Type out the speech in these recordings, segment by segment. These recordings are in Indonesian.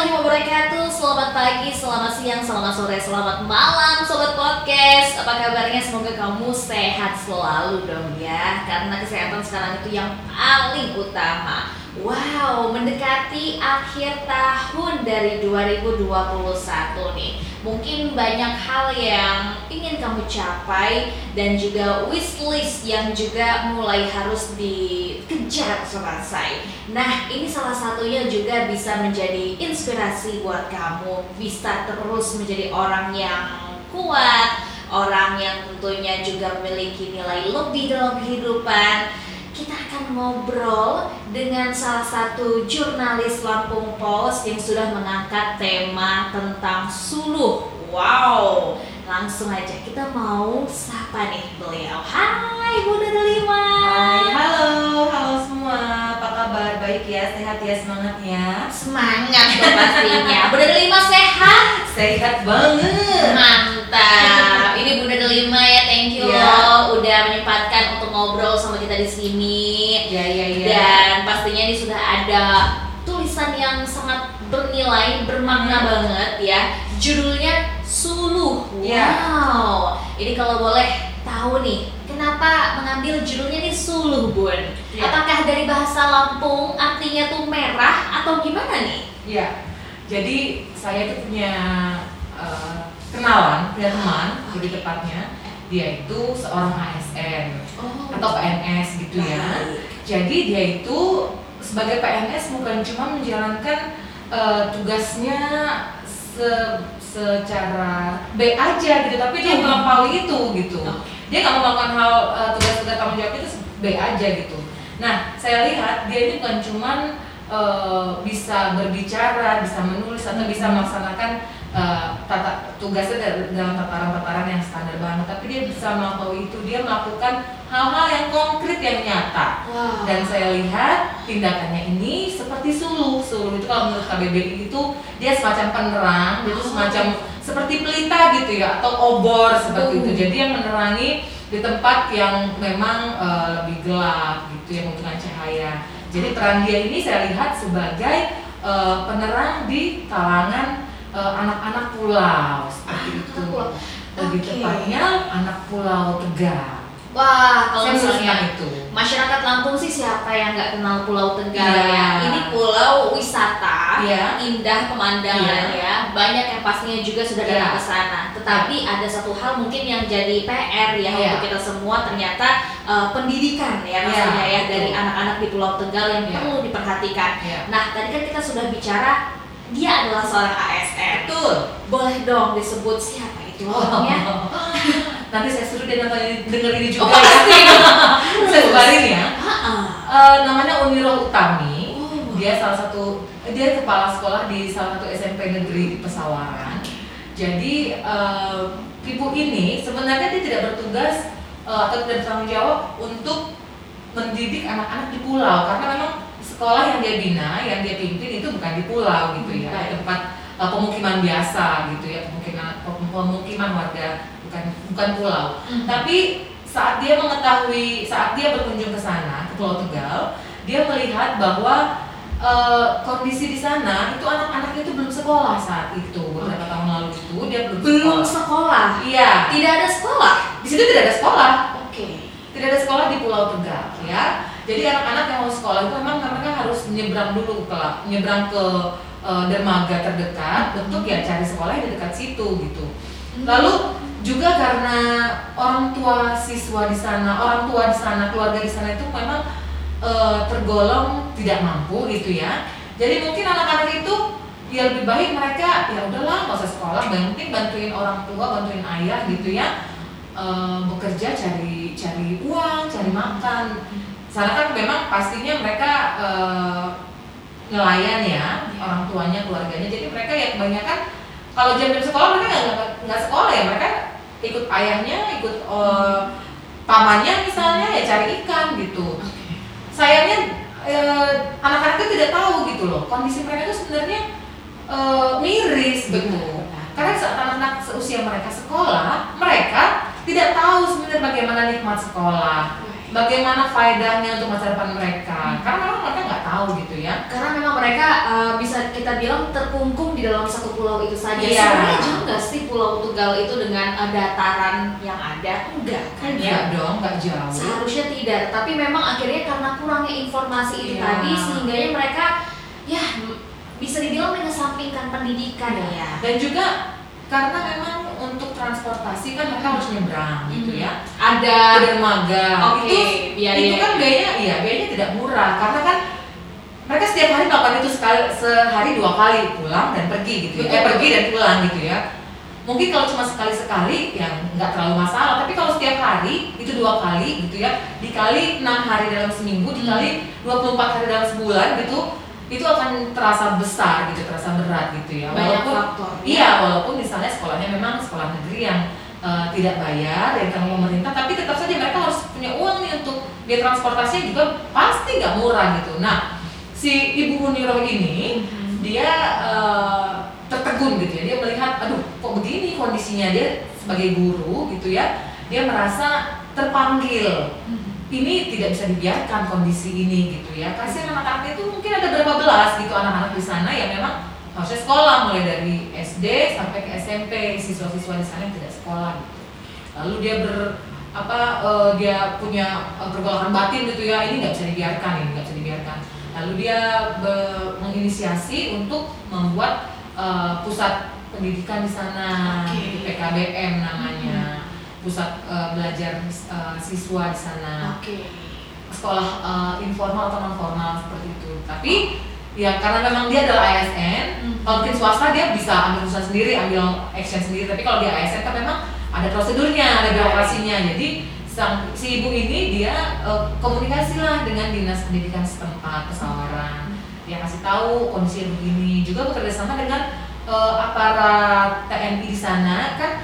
warahmatullahi wabarakatuh. Selamat pagi, selamat siang, selamat sore, selamat malam Sobat Podcast. Apa kabarnya? Semoga kamu sehat selalu dong ya. Karena kesehatan sekarang itu yang paling utama. Wow, mendekati akhir tahun dari 2021 nih. Mungkin banyak hal yang ingin kamu capai dan juga wishlist yang juga mulai harus dikejar selesai. Nah, ini salah satunya juga bisa menjadi inspirasi buat kamu bisa terus menjadi orang yang kuat, orang yang tentunya juga memiliki nilai lebih dalam kehidupan. Kita akan ngobrol dengan salah satu jurnalis Lampung Post yang sudah mengangkat tema tentang suluh. Wow, langsung aja kita mau sapa nih beliau. Hai Bunda Delima. Hai, halo semua. Apa kabar? Baik ya, sehat ya, semangat ya. Semangat dong pastinya. Bunda Delima sehat? Sehat banget. Mantap. Ini Bunda Delima ya, thank you loh udah menyempatkan untuk ngobrol sama kita di sini. Ya. Dan pastinya ini sudah ada tulisan yang sangat bernilai, bermakna banget ya. Judulnya Suluh. Wow. Ini kalau boleh tahu nih, kenapa mengambil judulnya nih Suluh, Bun? Apakah dari bahasa Lampung artinya tuh merah atau gimana nih? Iya. Jadi saya itu punya kenalan, punya teman, lebih tepatnya dia itu seorang ASN atau PNS gitu ya. Jadi dia itu sebagai PNS bukan cuma menjalankan tugasnya secara B aja gitu, tapi dia melampaui itu gitu. Dia nggak melakukan hal tugas-tugas tanggung jawab itu B aja gitu. Nah, saya lihat dia ini bukan cuman bisa berbicara, bisa menulis atau bisa melaksanakan tugasnya dalam tataran-tataran yang standar banget, tapi dia bisa melampaui itu. Dia melakukan hal-hal yang konkret, yang nyata. Dan saya lihat tindakannya ini seperti suluh itu kalau menurut KBBI itu dia semacam penerang, dia itu semacam seperti pelita gitu ya, atau obor seperti itu. Jadi yang menerangi di tempat yang memang lebih gelap gitu, yang membutuhkan cahaya. Jadi peran dia ini saya lihat sebagai penerang di kalangan anak-anak pulau seperti itu. Lebih tepatnya anak Pulau Tegal. Wah, kalau saya misalnya itu masyarakat Lampung sih siapa yang nggak kenal Pulau Tegal ya? Ini pulau wisata, indah pemandangannya, banyak yang pastinya juga sudah datang ke sana. Tetapi ada satu hal mungkin yang jadi PR ya untuk kita semua, ternyata pendidikan ya maksudnya ya dari anak-anak di Pulau Tegal yang perlu diperhatikan. Nah, tadi kan kita sudah bicara dia adalah seorang ASN. Betul. Boleh dong disebut siapa itu orangnya? Nanti saya suruh dia denger ini juga ya. Saya sebarin ya. Namanya Unirul Utami. Dia dia kepala sekolah di salah satu SMP negeri di Pesawaran. Jadi ibu ini sebenarnya dia tidak bertugas atau tidak bertanggung jawab untuk mendidik anak-anak di pulau, karena memang sekolah yang dia bina, yang dia pimpin itu bukan di pulau gitu ya, tempat pemukiman biasa gitu ya, pemukiman warga, bukan pulau. Tapi saat dia berkunjung ke sana, ke Pulau Tegal, dia melihat bahwa kondisi di sana itu anak-anak itu belum sekolah saat itu. Beberapa tahun lalu itu dia belum sekolah. Iya. Tidak ada sekolah. Di situ tidak ada sekolah. Tidak ada sekolah di Pulau Tegal ya. Jadi anak-anak yang mau sekolah itu memang mereka harus menyeberang ke dermaga terdekat untuk ya cari sekolah yang di dekat situ gitu. Lalu juga karena orang tua di sana, keluarga di sana itu memang tergolong tidak mampu gitu ya. Jadi mungkin anak-anak itu ya lebih baik mereka ya udahlah nggak usah sekolah, yang penting bantuin orang tua, bantuin ayah gitu ya, bekerja cari uang, cari makan. Sana kan memang pastinya mereka nelayan ya, orang tuanya, keluarganya. Jadi mereka ya kebanyakan kalau jam sekolah mereka nggak sekolah ya, mereka ikut ayahnya, ikut pamannya misalnya ya cari ikan gitu. Sayangnya anak-anak itu tidak tahu gitu loh, kondisi mereka itu sebenarnya miris gitu. Karena saat anak-anak seusia mereka sekolah, mereka tidak tahu sebenarnya bagaimana nikmat sekolah, bagaimana faedahnya untuk masa depan mereka. Karena memang mereka nggak tahu tahu gitu ya. Karena memang mereka bisa kita bilang terkungkung di dalam satu pulau itu saja. Iya. Sebenarnya jauh nggak sih Pulau Tugal itu dengan dataran yang ada? Enggak kan ya? Enggak dong, enggak jauh. Seharusnya tidak, tapi memang akhirnya karena kurangnya informasi itu Iya. tadi sehingga mereka ya bisa dibilang mengesampingkan pendidikan ya. Dan juga karena memang untuk transportasi kan mereka harus nyebrang gitu ya. Ada dermaga. Oke, itu kan biayanya tidak murah karena kan mereka setiap hari melakukan itu sehari 2 kali pulang dan pergi gitu ya. Pergi dan pulang gitu ya. Mungkin kalau cuma sekali-sekali ya nggak terlalu masalah, tapi kalau setiap hari itu 2 kali gitu ya, dikali 6 hari dalam seminggu, dikali 24 hari dalam sebulan gitu, itu akan terasa besar gitu, terasa berat gitu ya. Banyak Walaupun faktor. iya, walaupun misalnya sekolahnya memang sekolah negeri yang tidak bayar yang tanggung pemerintah, tapi tetap saja mereka harus punya uang nih untuk biaya transportasinya juga pasti nggak murah gitu. Nah, si Ibu Muniroh ini dia tertegun gitu ya, dia melihat aduh kok begini kondisinya, dia sebagai guru gitu ya, dia merasa terpanggil. Ini tidak bisa dibiarkan kondisi ini gitu ya. Kasihan anak-anak itu mungkin ada berapa belas gitu anak-anak di sana yang memang harusnya sekolah mulai dari SD sampai ke SMP, siswa-siswa di sana yang tidak sekolah gitu. Lalu dia dia punya pergolakan batin gitu ya, ini nggak bisa dibiarkan. Lalu dia menginisiasi untuk membuat pusat pendidikan di sana, PKBM namanya. Pusat belajar siswa di sana, sekolah informal atau non formal seperti itu. Tapi ya karena memang dia adalah ASN, kalau mungkin swasta dia bisa ambil usaha sendiri, ambil action sendiri. Tapi kalau dia ASN kan memang ada prosedurnya, ada birokrasinya. Jadi si ibu ini dia komunikasi lah dengan dinas pendidikan setempat Pesawaran. Dia kasih tahu kondisi begini, juga bekerja sama dengan aparat TNI di sana kan.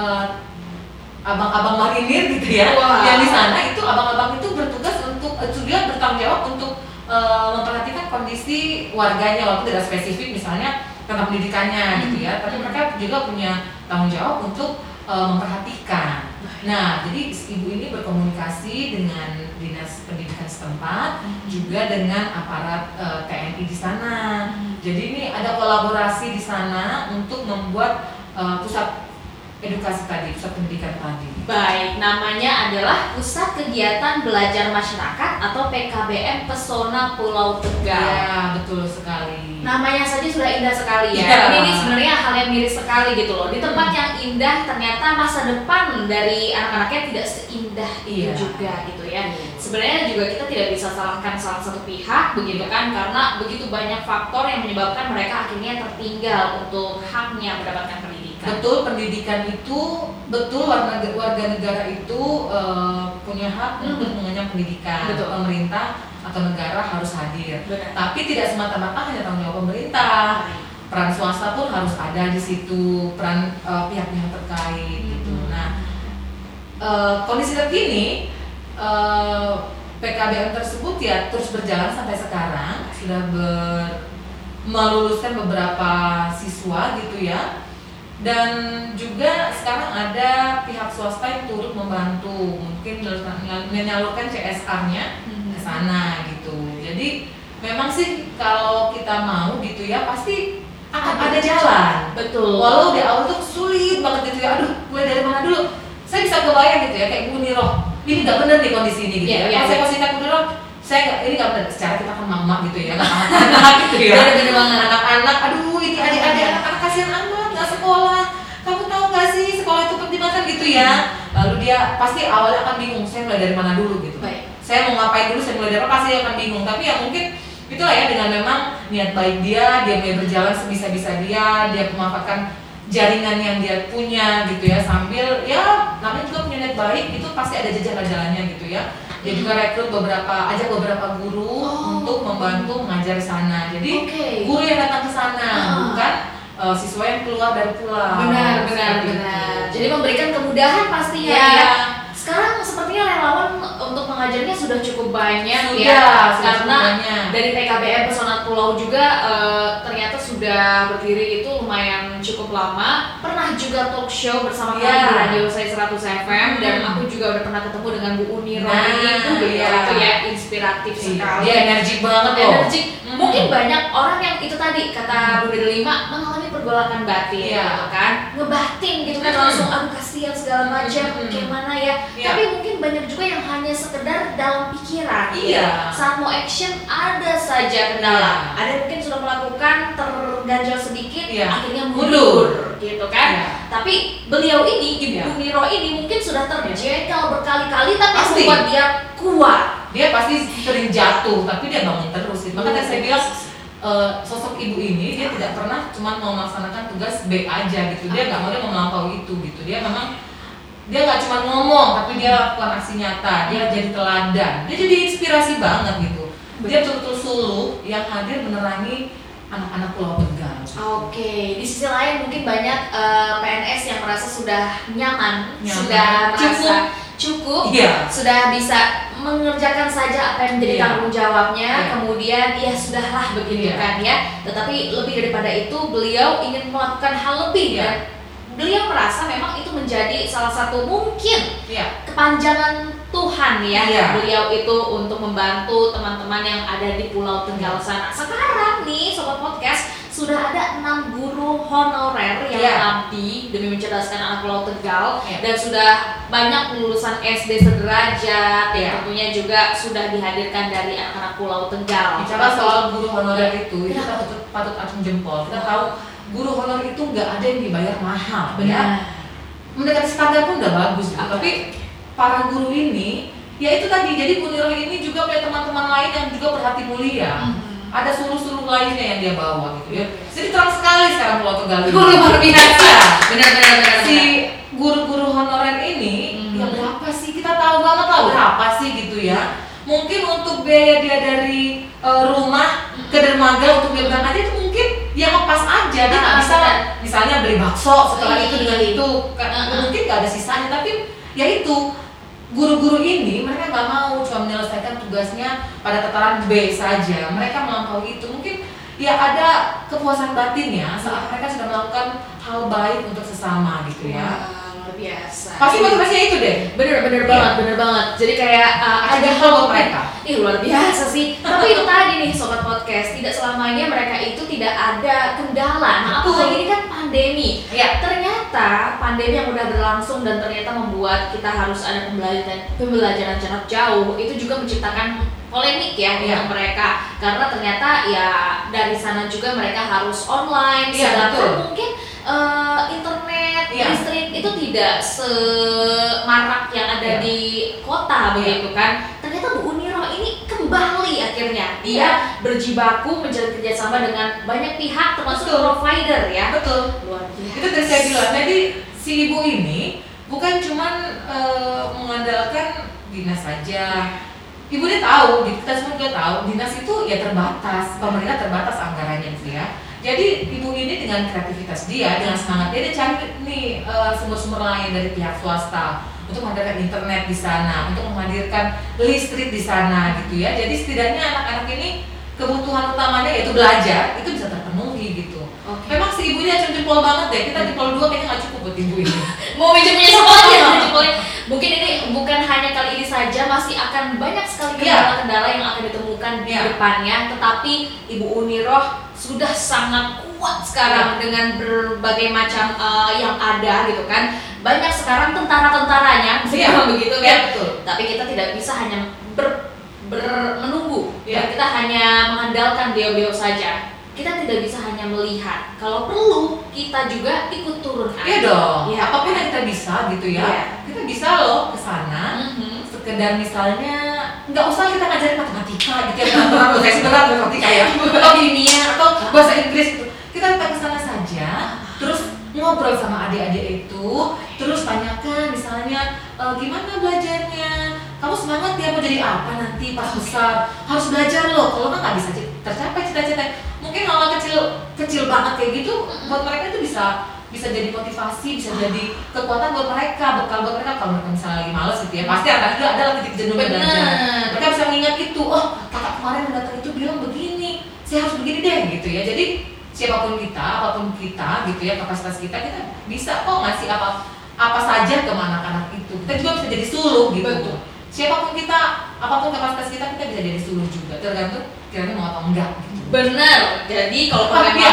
Abang-abang marinir gitu ya, yang di sana itu abang-abang itu bertugas untuk dia bertanggung jawab untuk memperhatikan kondisi warganya, walaupun tidak spesifik misalnya tentang pendidikannya gitu ya, tapi mereka juga punya tanggung jawab untuk memperhatikan. Nah, jadi ibu ini berkomunikasi dengan dinas pendidikan setempat, juga dengan aparat TNI di sana. Jadi ini ada kolaborasi di sana untuk membuat pusat edukasi tadi, pusat pendidikan tadi. Baik, namanya adalah Pusat Kegiatan Belajar Masyarakat atau PKBM Pesona Pulau Tegal. Ya, betul sekali. Namanya saja sudah indah sekali ya. Ya. Ini sebenarnya hal yang miris sekali gitu loh. Di tempat yang indah ternyata masa depan dari anak-anaknya tidak seindah itu juga gitu ya. Sebenarnya juga kita tidak bisa salahkan salah satu pihak begitu kan, karena begitu banyak faktor yang menyebabkan mereka akhirnya tertinggal untuk haknya mendapatkan pendidikan. Betul, pendidikan itu betul warga negara itu punya hak untuk mengenyam pendidikan. Betul. Pemerintah atau negara harus hadir. Benar. Tapi tidak semata-mata hanya tanggung jawab pemerintah. Peran swasta pun harus ada di situ, peran pihak-pihak terkait gitu. Nah, kondisi terkini PKBM tersebut ya terus berjalan sampai sekarang, sudah meluluskan beberapa siswa gitu ya. Dan juga sekarang ada pihak swasta yang turut membantu, mungkin menyalurkan CSR-nya ke sana gitu. Jadi memang sih kalau kita mau gitu ya pasti akan ada jalan. Betul. Walau di awal tuh sulit banget gitu ya. Aduh, mulai dari mana dulu? Saya bisa kebayang gitu ya, kayak Bu Niroh. Ini nggak benar nih kondisi ini gitu ya. Kalau saya posisikan Bu Niroh, ini nggak benar. Secara kita kan mama gitu ya, anak-anak gitu ya. Bener banget. Anak-anak, aduh ini adik-adik anak-anak kasihan amat nggak sekolah. Kamu tahu nggak sih sekolah itu penting banget gitu ya. Lalu dia pasti awalnya akan bingung, saya mulai dari mana dulu gitu. Baik. Saya mau ngapain dulu, saya mulai dari apa, pasti dia akan bingung. Tapi ya mungkin itulah ya, dengan memang niat baik dia mulai berjalan sebisa-bisa dia memanfaatkan jaringan yang dia punya gitu ya, sambil ya namanya juga punya niat baik, itu pasti ada jalan-jalannya gitu ya. Dia juga rekrut ajak beberapa guru untuk membantu mengajar di sana. Jadi guru yang datang ke sana, bukan siswa yang keluar dari pulau. Benar. Jadi memberikan kemudahan pastinya ya. Sekarang sepertinya relawan untuk mengajarnya sudah cukup banyak karena dari PKBM Pesona Pulau juga ternyata sudah berdiri itu lumayan cukup lama, pernah juga talk show bersama kami Iya. di Radio Saya 100 FM, dan aku juga udah pernah ketemu dengan Bu Uni Rohini. Iya. Itu ya inspiratif sekali. Dia energi banget loh. Energi. Mungkin banyak orang yang itu tadi kata Bu Dede Lima mengalami pergolakan batin, Iya. gitu kan, ngebatin gitu kan, langsung aduh kasihan segala macam, gimana ya. Iya. Tapi mungkin banyak juga yang hanya sekedar dalam pikiran. Iya. Saat mau action ada saja kendala. Iya. Ada yang mungkin sudah melakukan terganjal sedikit, Iya. akhirnya mundur, gitu kan. Iya. Tapi beliau ini, Ibu Iya. Niro ini mungkin sudah terjegal berkali-kali, tapi Pasti. membuat dia kuat. Dia pasti sering jatuh, tapi dia bangun terus. Makanya saya bilang sosok ibu ini dia tidak pernah cuma mau melaksanakan tugas B aja gitu. Dia nggak mau, dia mau melampaui itu gitu. Dia memang dia nggak cuma ngomong, tapi dia lakukan aksi nyata. Dia jadi teladan. Dia jadi inspirasi banget gitu. Dia betul-betul suluh yang hadir menerangi anak-anak Pulau Tegal. Oke, di sisi lain mungkin banyak PNS yang merasa sudah nyaman. Sudah merasa cukup, Iya. sudah bisa mengerjakan saja apa yang menjadi Iya. tanggung jawabnya, Iya. kemudian ya sudahlah begitu Iya. kan ya. Tetapi lebih daripada itu beliau ingin melakukan hal lebih, Iya. dan beliau merasa memang itu menjadi salah satu mungkin Iya. kepanjangan Tuhan ya, Iya. beliau itu untuk membantu teman-teman yang ada di Pulau Tegal sana. Sekarang nih Sobat Podcast, sudah ada 6 guru honorer yang Iya. mengabdi demi mencerdaskan anak Pulau Tegal, Iya. dan sudah banyak lulusan SD sederajat, Iya. yang tentunya juga sudah dihadirkan dari anak-anak Pulau Tegal. Bicara soal guru honorer itu Kenapa? kita patut acung jempol. Kita tahu guru honorer itu nggak ada yang dibayar mahal, ya. Benar. Mendekati standar pun udah bagus gitu. Oke. Tapi para guru ini, ya itu tadi. Jadi Bu Niro ini juga punya teman-teman lain yang juga berhati mulia. Ada suruh-suruh lainnya yang dia bawa gitu ya. Jadi terang sekali sekarang Pulau Tegal ini. Luar biasa. Benar. Si guru-guru honorer ini, ya berapa sih? Kita tahu banget lah berapa sih gitu ya. Mungkin untuk biaya dia dari rumah ke dermaga untuk dia berangkat itu mungkin ya ngepas aja. Dia nggak bisa misalnya beli bakso setelah itu dengan itu. Mungkin nggak ada sisanya, tapi ya itu. Guru-guru ini mereka nggak mau cuma menyelesaikan tugasnya pada tataran B saja. Mereka melampaui itu. Mungkin ya ada kepuasan batinnya saat mereka sudah melakukan hal baik untuk sesama gitu ya. Wah, luar biasa. Pasti motivasinya itu deh. Bener banget. Jadi kayak Ada hal buat mereka. Ih, luar biasa sih. Tapi itu tadi nih Sobat Podcast, tidak selamanya mereka itu tidak ada kendala. Nah, apalagi ini kan pandemi. Iya. Ternyata pandemi yang udah berlangsung dan ternyata membuat kita harus ada pembelajaran jarak jauh, itu juga menciptakan polemik ya Iya. untuk mereka, karena ternyata ya dari sana juga mereka harus online, Iya, sedangkan betul. mungkin internet, Iya. listrik itu tidak semarak yang ada Iya. di kota begitu kan. Ternyata Bu Uniro ini kembali akhirnya dia berjibaku menjalin kerjasama dengan banyak pihak termasuk Betul. provider ya. Betul. Luar biasa. Itu tadi saya bilang. Jadi si ibu ini bukan cuman mengandalkan dinas saja. Ibu dia tahu, kita semua juga tahu dinas itu ya terbatas, pemerintah terbatas anggarannya gitu ya. Jadi ibu ini dengan kreativitas dia, dengan semangat dia cari nih sumber-sumber lain dari pihak swasta untuk menghadirkan internet di sana, untuk menghadirkan listrik di sana gitu ya. Jadi setidaknya anak-anak ini kebutuhan utamanya yaitu belajar itu bisa terpenuhi gitu. Oke. Memang si ibu ini acung jempol banget deh. Kita jempol 2 kayaknya nggak cukup buat ibu ini. Mau minjem-minjem semuanya, jempolnya. Mungkin ini bukan hanya kali ini saja, masih akan banyak sekali kendala-kendala yang akan ditemukan di depannya. Tetapi Ibu Uniroh sudah sangat kuat sekarang dengan berbagai macam yang ada gitu kan. Banyak sekarang tentara-tentaranya, begitu kan. Betul. Tapi kita tidak bisa hanya menunggu. Iya. Kita hanya mengandalkan beliau-beliau saja. Kita tidak bisa hanya melihat. Kalau perlu kita juga ikut turun. Iya dong. Ya, Apapun yang kita bisa gitu ya. Iya. Kita bisa loh ke sana. Sekedar misalnya nggak usah kita ngajarin matematika gitu ya. Berat matematika ya. Atau kimia atau bahasa Inggris gitu. Kita datang ke sana saja. Terus ngobrol sama adik-adik itu. Terus tanyakan misalnya gimana belajarnya. Kamu semangat ya mau jadi apa nanti pas besar? Harus belajar loh. Kalau nggak bisa tercapai cita-cita. Mungkin hal kecil banget kayak gitu buat mereka itu bisa jadi motivasi, bisa jadi kekuatan buat mereka, bekal buat mereka. Kalau mereka misalnya lagi malas gitu ya, pasti akan ada titik jenuhnya belajar. Mereka bisa mengingat itu, oh kakak kemarin datang itu bilang begini, saya harus begini deh gitu ya. Jadi siapapun kita, apapun kita gitu ya, kapasitas kita bisa kok ngasih apa saja ke anak-anak itu. Kita juga bisa jadi suluh gitu. Betul. Siapapun kita, apapun kapasitas kita bisa jadi suluh juga, tergantung kiranya mau atau enggak gitu. Bener. Jadi kalau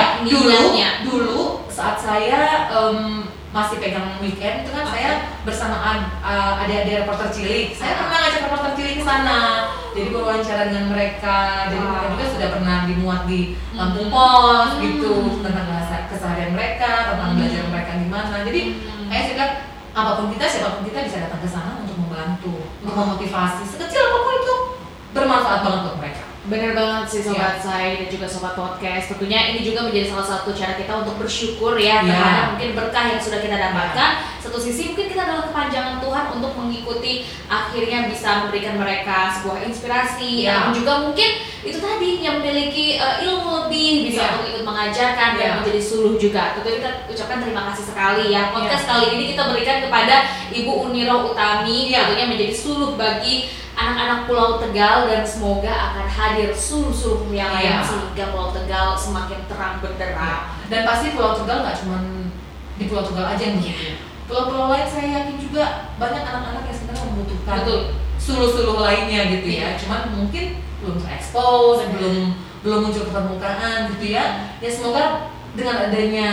dulu saat saya masih pegang weekend itu kan saya bersama adik-adik reporter cilik. Saya pernah ngajak reporter cilik ke sana. Jadi berwawancara dengan mereka. Jadi mereka juga sudah pernah dimuat di Lampung Pos gitu tentang keseharian mereka, tentang belajar mereka gimana. Jadi saya juga apapun kita, siapapun kita bisa datang ke sana untuk membantu, untuk memotivasi. Sekecil apapun itu bermanfaat banget buat mereka. Bener banget sih Sobat Sai dan juga Sobat Podcast. Tentunya ini juga menjadi salah satu cara kita untuk bersyukur ya terhadap mungkin berkah yang sudah kita dapatkan. Satu sisi mungkin kita adalah kepanjangan Tuhan untuk mengikuti, akhirnya bisa memberikan mereka sebuah inspirasi. Dan juga mungkin itu tadi yang memiliki ilmu lebih, bisa untuk ikut mengajarkan dan menjadi suluh juga. Tentunya kita ucapkan terima kasih sekali ya. Podcast kali ini kita berikan kepada Ibu Uniro Utami, tentunya menjadi suluh bagi anak-anak Pulau Tegal, dan semoga akan hadir suluh-suluh yang lain sehingga Pulau Tegal semakin terang benderang. Dan pasti Pulau Tegal nggak cuma di Pulau Tegal aja yang begitu. Pulau-pulau lain saya yakin juga banyak anak-anak yang sebenarnya membutuhkan suluh-suluh lainnya gitu ya. Cuman mungkin belum terekspos, belum muncul ke permukaan gitu ya. Ya semoga dengan adanya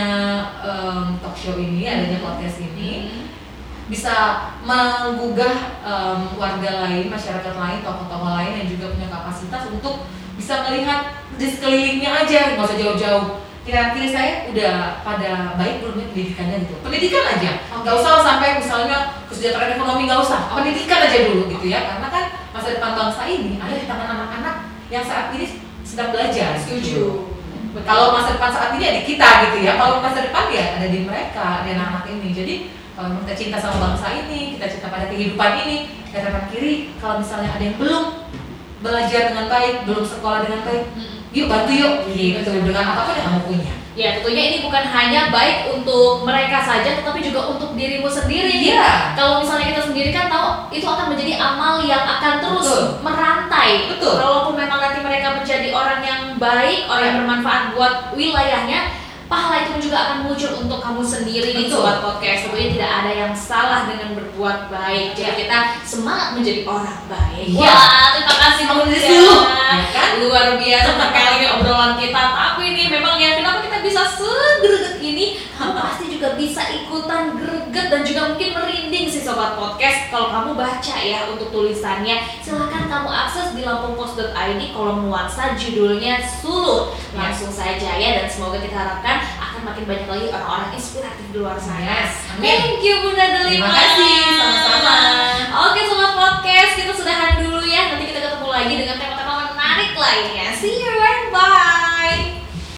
talk show ini, adanya podcast ini bisa menggugah warga lain, masyarakat lain, tokoh-tokoh lain yang juga punya kapasitas untuk bisa melihat di sekelilingnya aja, nggak usah jauh-jauh. Kira-kira saya udah pada baik belum ya pendidikannya gitu. Pendidikan aja, nggak usah sampai misalnya kesejahteraan ekonomi, nggak usah. Pendidikan aja dulu gitu ya, karena kan masa depan bangsa ini ada di tangan anak-anak yang saat ini sedang belajar. Setuju. Kalau masa depan saat ini ada di kita gitu ya, kalau masa depan ya ada di mereka, di anak-anak ini. Jadi kalau kita cinta sama bangsa ini, kita cinta pada kehidupan ini, kanan kiri, kalau misalnya ada yang belum belajar dengan baik, belum sekolah dengan baik, yuk bantu yuk, gitu, dengan apapun yang kamu punya. Ya tentunya ini bukan hanya baik untuk mereka saja, tetapi juga untuk dirimu sendiri. Kalau misalnya kita sendiri kan tahu itu akan menjadi amal yang akan terus merantai. Walaupun memang nanti mereka menjadi orang yang baik, orang yang bermanfaat buat wilayahnya, pahala itu juga akan muncul untuk kamu sendiri nih Sobat Podcast. Tentunya tidak ada yang salah dengan berbuat baik. Jadi kita semangat menjadi orang baik. Wah, terima kasih banget. Luar biasa sekali nih obrolan kita. Tapi ini memang ya kenapa kita bisa segreget ini? Kamu pasti juga bisa ikutan greget dan juga mungkin merinding sih Sobat Podcast. Kalau kamu baca ya untuk tulisannya, silahkan kamu akses di lampungpos.id, kolom nuansa judulnya Suluh. Langsung saja ya, dan semoga kita harapkan akan makin banyak lagi orang-orang inspiratif di luar sana. Thank you Bunda Delima. Terima kasih, sama-sama. Oke Sobat Podcast, kita sudahan dulu ya. Nanti kita ketemu lagi dengan tema-tema menarik lainnya. See you and bye.